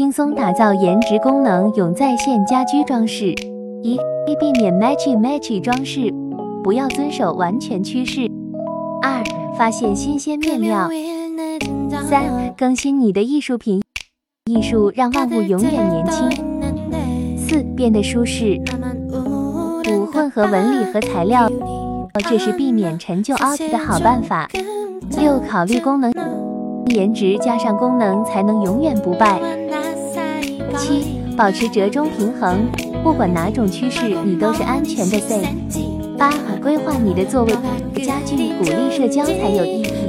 轻松打造颜值功能永在线家居装饰。一、避免 matchy 装饰，不要遵守完全趋势。二、发现新鲜面料。三、更新你的艺术品，艺术让万物永远年轻。四、变得舒适。五、混合纹理和材料，这是避免陈旧 out 的好办法。六、考虑功能，颜值加上功能才能永远不败。七、保持折中平衡，不管哪种趋势，你都是安全的 safe。八、规划你的座位家具，鼓励社交才有意义。